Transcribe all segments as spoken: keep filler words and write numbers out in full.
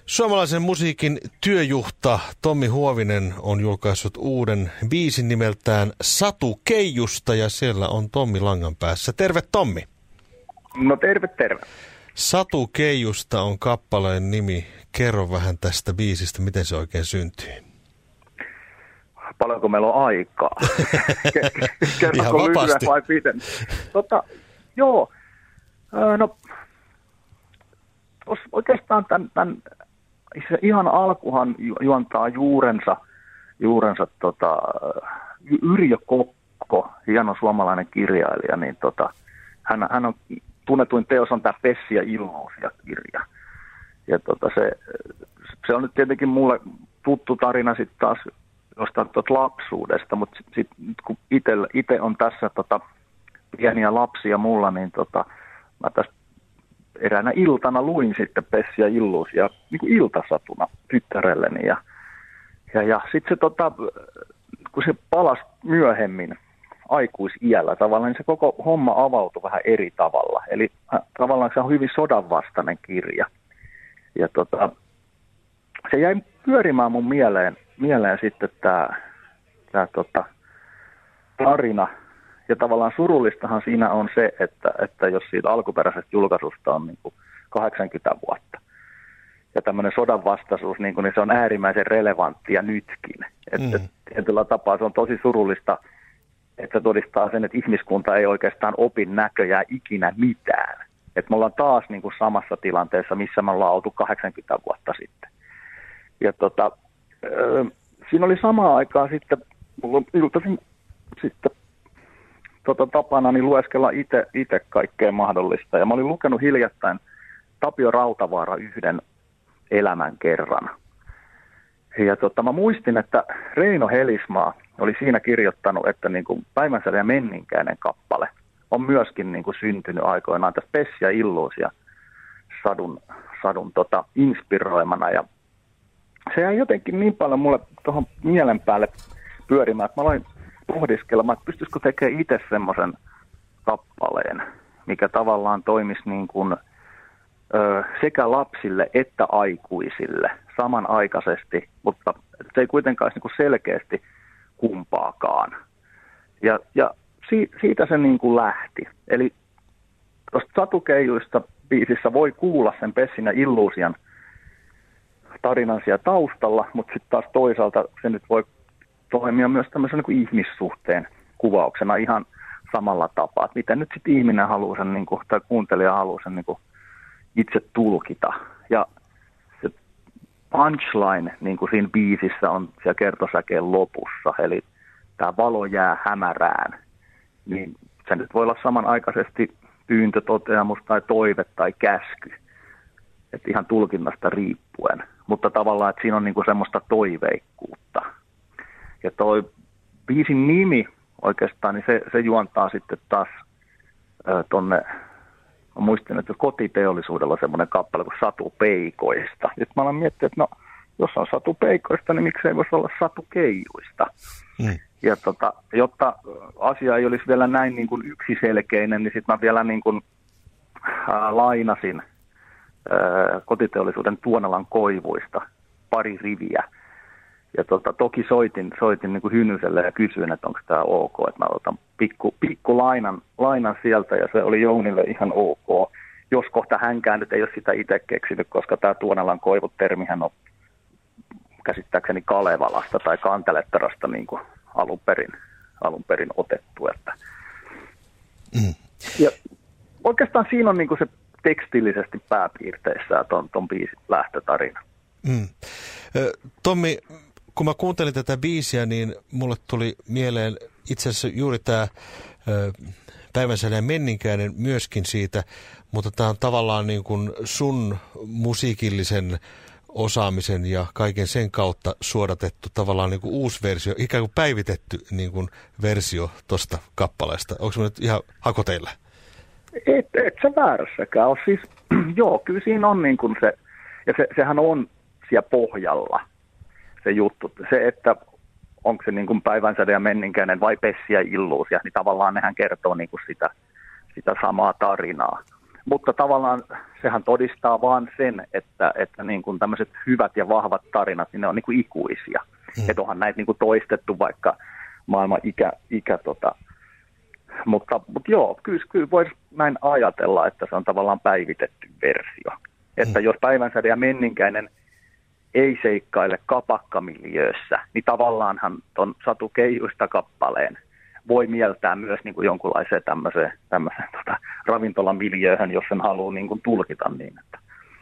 Suomalaisen musiikin työjuhta Tommi Huovinen on julkaissut uuden biisin nimeltään Satu Keijusta ja siellä on Tommi langan päässä. Terve Tommi. No terve, terve. Satu Keijusta on kappaleen nimi. Kerro vähän tästä biisistä, miten se oikein syntyi. Paljonko meillä on aikaa? Kerrotko lyhyen vai piten? Tota, joo, no oikeastaan tämän, tämän ihan alkuhan juontaa juurensa, juurensa tota, Yrjö Kokko, hieno suomalainen kirjailija, niin tota, hän, hän on tunnetuin teos on tämä Pessi ja Illuusia-kirja. Ja tota, se, se on nyt tietenkin mulle tuttu tarina sitten taas jostain tuota lapsuudesta, mutta sitten sit, kun itse on tässä tota, pieniä lapsia mulla, niin tota, mä tässä eräänä iltana luin sitten Pessi ja Illuusia niin kuin iltasatuna tyttärelleni. Ja, ja, ja sitten se, tota, kun se palasi myöhemmin aikuisiällä tavallaan, niin se koko homma avautui vähän eri tavalla. Eli äh, tavallaan se on hyvin sodanvastainen kirja. Ja tota, se jäi pyörimään mun mieleen, mieleen sitten tämä tää, tota, tarina. Ja tavallaan surullistahan siinä on se, että, että jos siitä alkuperäisestä julkaisusta on niin kuin kahdeksankymmentä vuotta. Ja tämmöinen sodanvastaisuus, niin, niin se on äärimmäisen relevanttia nytkin. Että mm. tietyllä tapaa se on tosi surullista, että todistaa sen, että ihmiskunta ei oikeastaan opi näköjään ikinä mitään. Että me ollaan taas niin kuin samassa tilanteessa, missä me ollaan oltu kahdeksankymmentä vuotta sitten. Ja tota, äh, siinä oli samaan aikaan sitten, mulla iltaisin sitten tota, tapana niin lueskella itse kaikkea mahdollista. Ja mä olin lukenut hiljattain Tapio Rautavaara yhden elämän kerran. Ja tota, mä muistin, että Reino Helismaa oli siinä kirjoittanut, että niin kuin Päivänsäde ja Menninkäinen kappale on myöskin niin kuin syntynyt aikoinaan tässä Pessi ja Illuusia sadun, sadun tota, inspiroimana. Ja se jäi jotenkin niin paljon mulle tuohon mielen päälle pyörimään, että mä aloin pohdiskelemaan, että pystyisikö tekemään itse semmoisen kappaleen, mikä tavallaan toimisi niin kuin, ö, sekä lapsille että aikuisille samanaikaisesti, mutta se ei kuitenkaan olisi niin kuin selkeästi kumpaakaan. Ja, ja si, siitä se niin kuin lähti. Eli tuosta Satu Keijuista biisissä voi kuulla sen Pessin ja Illuusian tarinan siellä taustalla, mutta sitten taas toisaalta se nyt voi toimia myös tämmöisen niin kuin ihmissuhteen kuvauksena ihan samalla tapaa, että miten nyt sitten ihminen haluaa sen, niin kuin, tai kuuntelija haluaa sen niin kuin itse tulkita. Ja se punchline niin kuin siinä biisissä on siellä kertosäkeen lopussa, eli tämä valo jää hämärään, niin se nyt voi olla samanaikaisesti pyyntö, toteamus tai toive tai käsky, että ihan tulkinnasta riippuen, mutta tavallaan, että siinä on niin kuin semmoista toiveikkuutta. Ja toi biisin nimi oikeastaan, niin se, se juontaa sitten taas äh, tonne, mä muistin, että Kotiteollisuudella on semmoinen kappale kuin Satu Peikoista. Nyt mä alan miettiä, että no, jos on Satu Peikoista, niin miksei voisi olla Satu Keijuista. Mm. Ja tota, jotta asia ei olisi vielä näin niin kuin yksiselkeinen, niin sitten mä vielä niin kuin, äh, lainasin äh, Kotiteollisuuden Tuonalan koivuista pari riviä. Ja tota, toki soitin, soitin niin kuin Hynyselle ja kysyin, että onko tämä ok, että mä otan pikku, pikku lainan, lainan sieltä ja se oli Jounille ihan ok. Jos kohta hänkään nyt ei ole sitä itse keksinyt, koska tämä Tuonalan koivut-termihän on käsittääkseni Kalevalasta tai Kantelettarasta niin kuin alun perin, alun perin otettu. Että. Mm. Ja oikeastaan siinä on niin kuin se tekstillisesti pääpiirteissään ton, ton biisin lähtötarina. Mm. Tommi, kun mä kuuntelin tätä biisiä, niin mulle tuli mieleen itse asiassa juuri tämä Päivänsäde ja Menninkäinen myöskin siitä, mutta tämä on tavallaan niin kuin sun musiikillisen osaamisen ja kaiken sen kautta suodatettu tavallaan niin kuin uusi versio, ikään kuin päivitetty niin kuin versio tuosta kappaleesta. Onko se nyt ihan hakoteilla? Et, et sä väärässäkään ole. Siis, joo, kyllä siinä on niin kuin se, ja se, sehän on siellä pohjalla se juttu. Se, että onko se niin kuin Päivänsäde ja Menninkäinen vai Pessi ja Illuusia, niin tavallaan nehän kertoo niin kuin sitä, sitä samaa tarinaa. Mutta tavallaan sehän todistaa vaan sen, että, että niin kuin tämmöiset hyvät ja vahvat tarinat, niin ne on niin kuin ikuisia. Mm. Että onhan näitä niin kuin toistettu vaikka maailman ikä, ikä tota. Mutta, mutta joo, kyllä, kyllä voisi näin ajatella, että se on tavallaan päivitetty versio. Että mm. jos Päivänsäde ja Menninkäinen ei seikkaile kapakkamiljöössä, niin tavallaanhan ton Satu Keijuista kappaleen voi mieltää myös niin kuin jonkunlaiseen tämmöiseen, tämmöiseen tota, ravintolamiljööhön, jos sen haluaa niin kuin tulkita niin. Että.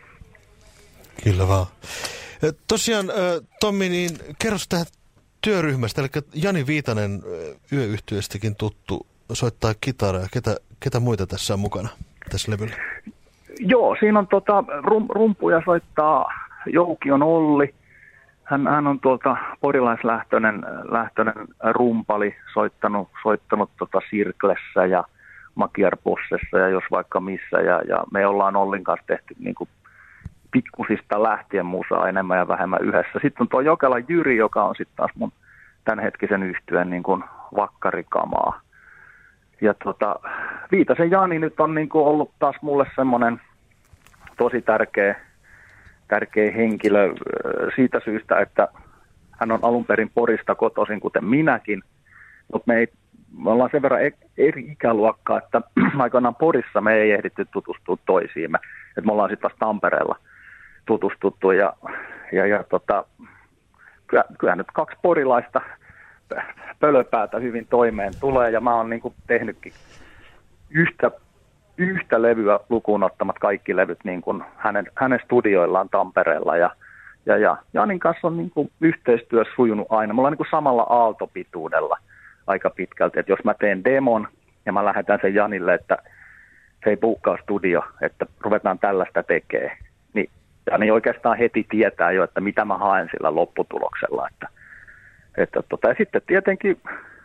Kyllä vaan. Tosiaan, Tommi, niin kerro tähän työryhmästä, eli Jani Viitanen Yöyhtyeestäkin tuttu soittaa kitaraa. Ketä, ketä muita tässä on mukana tässä levyllä? Joo, siinä on tota, rum, rumpuja soittaa Joukion Olli. Hän, hän on tuolta porilaislähtöinen lähtöinen rumpali, soittanut, soittanut tota Sirklessä ja Makiarpossessa ja jos vaikka missä. Ja, ja me ollaan Ollin kanssa tehty niin kuin pikkusista lähtien musaa enemmän ja vähemmän yhdessä. Sitten on tuo Jokela Jyri, joka on sitten taas mun tämänhetkisen yhtyeen niin kuin vakkarikamaa. Ja tota, Viitasen Jani nyt on niin kuin ollut taas mulle semmoinen tosi tärkeä, tärkeä henkilö siitä syystä, että hän on alun perin Porista kotoisin, kuten minäkin. Mutta me, me ollaan sen verran eri ikäluokkaa, että aikoinaan Porissa me ei ehditty tutustua toisiimme. Et me ollaan sitten vasta Tampereella tutustuttu ja, ja, ja tota, kyllä, kyllä nyt kaksi porilaista pölöpäätä hyvin toimeen tulee, ja mä oon niin kuin tehnytkin yhtä, yhtä levyä lukuun ottamat kaikki levyt niin kuin hänen, hänen studioillaan Tampereella, ja, ja, ja Janin kanssa on niin kuin yhteistyö sujunut aina. Me ollaan niin kuin samalla aaltopituudella aika pitkälti, että jos mä teen demon ja mä lähetän sen Janille, että se ei buukkaa studio, että ruvetaan tällaista tekemään, niin Jani oikeastaan heti tietää jo, että mitä mä haen sillä lopputuloksella, että Että tota, ja sitten tietenkin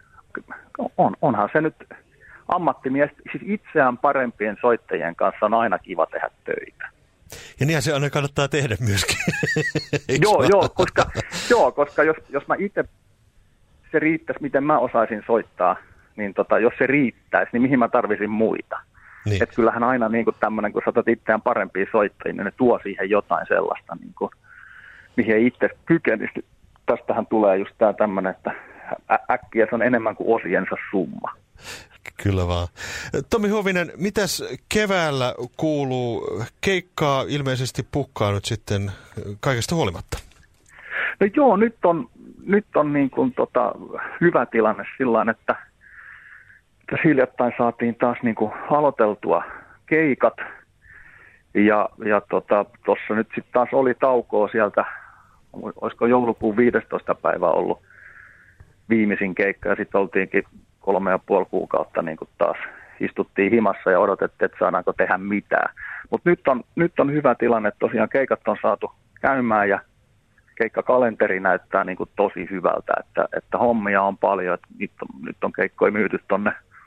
on, onhan se nyt ammattimies, siis itseään parempien soittajien kanssa on aina kiva tehdä töitä. Ja niinhän se aina kannattaa tehdä myöskin. joo, joo, koska, joo, koska jos, jos mä itse se riittäisi, miten mä osaisin soittaa, niin tota, jos se riittäisi, niin mihin mä tarvisin muita. Niin. Että kyllähän aina niin kuin tämmöinen, kun saatat itseään parempia soittajia, niin ne tuo siihen jotain sellaista, niin kuin, mihin ei itse kykenisi. Tästähän tulee just tämä tämmöinen, että äkkiä se on enemmän kuin osiensa summa. Kyllä vaan. Tommi Huovinen, mitäs keväällä kuuluu? Keikkaa ilmeisesti pukkaa nyt sitten kaikesta huolimatta. No joo, nyt on, nyt on niin kuin tota hyvä tilanne sillain, että tässä hiljattain saatiin taas niin kuin aloiteltua keikat. Ja, ja tuossa tota, nyt sitten taas oli taukoa sieltä. Olisiko joulukuun viidestoista päivä ollut viimeisin keikka, ja sitten oltiinkin kolme ja puoli kuukautta niin kuin taas istuttiin himassa ja odotettiin, että saadaanko tehdä mitään. Mutta nyt on, nyt on hyvä tilanne, tosiaan keikat on saatu käymään ja keikkakalenteri näyttää niin kuin tosi hyvältä, että, että hommia on paljon, että nyt on, nyt on keikkoja myyty tuonne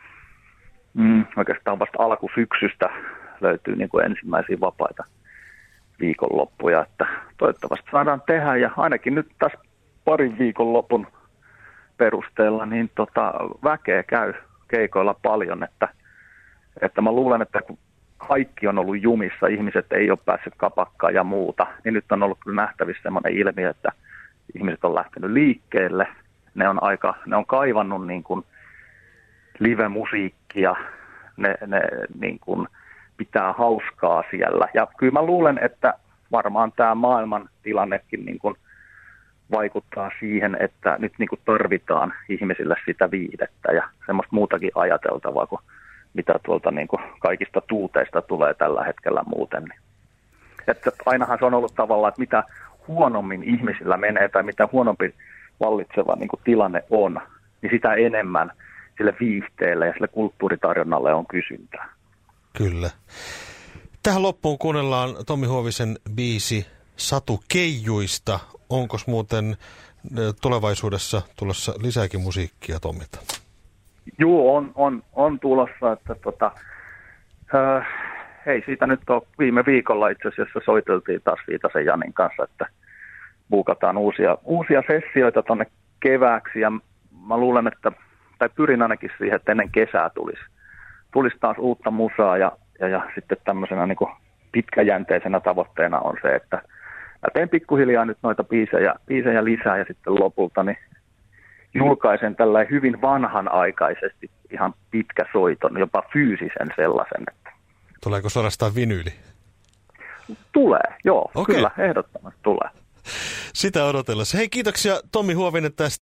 mm, oikeastaan vasta alkusyksystä löytyy niin kuin ensimmäisiä vapaita viikonloppuja, että toivottavasti saadaan tehdä, ja ainakin nyt tässä parin viikonlopun perusteella niin tota, väkeä käy keikoilla paljon, että, että mä luulen, että kun kaikki on ollut jumissa, ihmiset ei ole päässyt kapakkaan ja muuta, niin nyt on ollut kyllä nähtävissä semmoinen ilmiö, että ihmiset on lähtenyt liikkeelle, ne on, aika, ne on kaivannut niin kuin live-musiikkia, ne, ne niin kuin pitää hauskaa siellä. Ja kyllä mä luulen, että varmaan tämä maailman tilannekin niin kuin vaikuttaa siihen, että nyt niin kuin tarvitaan ihmisille sitä viihdettä ja semmoista muutakin ajateltavaa kuin mitä tuolta niin kuin kaikista tuuteista tulee tällä hetkellä muuten. Että ainahan se on ollut tavallaan, että mitä huonommin ihmisillä menee tai mitä huonompi vallitseva niin kuin tilanne on, niin sitä enemmän sille viihteelle ja sille kulttuuritarjonnalle on kysyntää. Kyllä. Tähän loppuun kuunnellaan Tommi Huovisen biisi Satu Keijuista. Onko muuten tulevaisuudessa tulossa lisääkin musiikkia Tommilta? Joo, on, on, on tulossa. Että tota, äh, hei, siitä nyt on viime viikolla itse asiassa soiteltiin taas Viitasen Janin kanssa, että buukataan uusia, uusia sessioita tuonne kevääksi. Ja mä luulen, että, tai pyrin ainakin siihen, että ennen kesää tulisi, tulisi taas uutta musaa. Ja, ja, ja sitten tämmöisenä niin kuin pitkäjänteisenä tavoitteena on se, että mä teen pikkuhiljaa nyt noita biisejä, biisejä lisää ja sitten lopulta niin julkaisen tällainen hyvin vanhanaikaisesti ihan pitkä soiton, jopa fyysisen sellaisen. Että tuleeko suorastaan vinyyli? Tulee, joo, okay. Kyllä, ehdottomasti tulee. Sitä odotellessa. Hei, kiitoksia Tommi Huovinen tästä.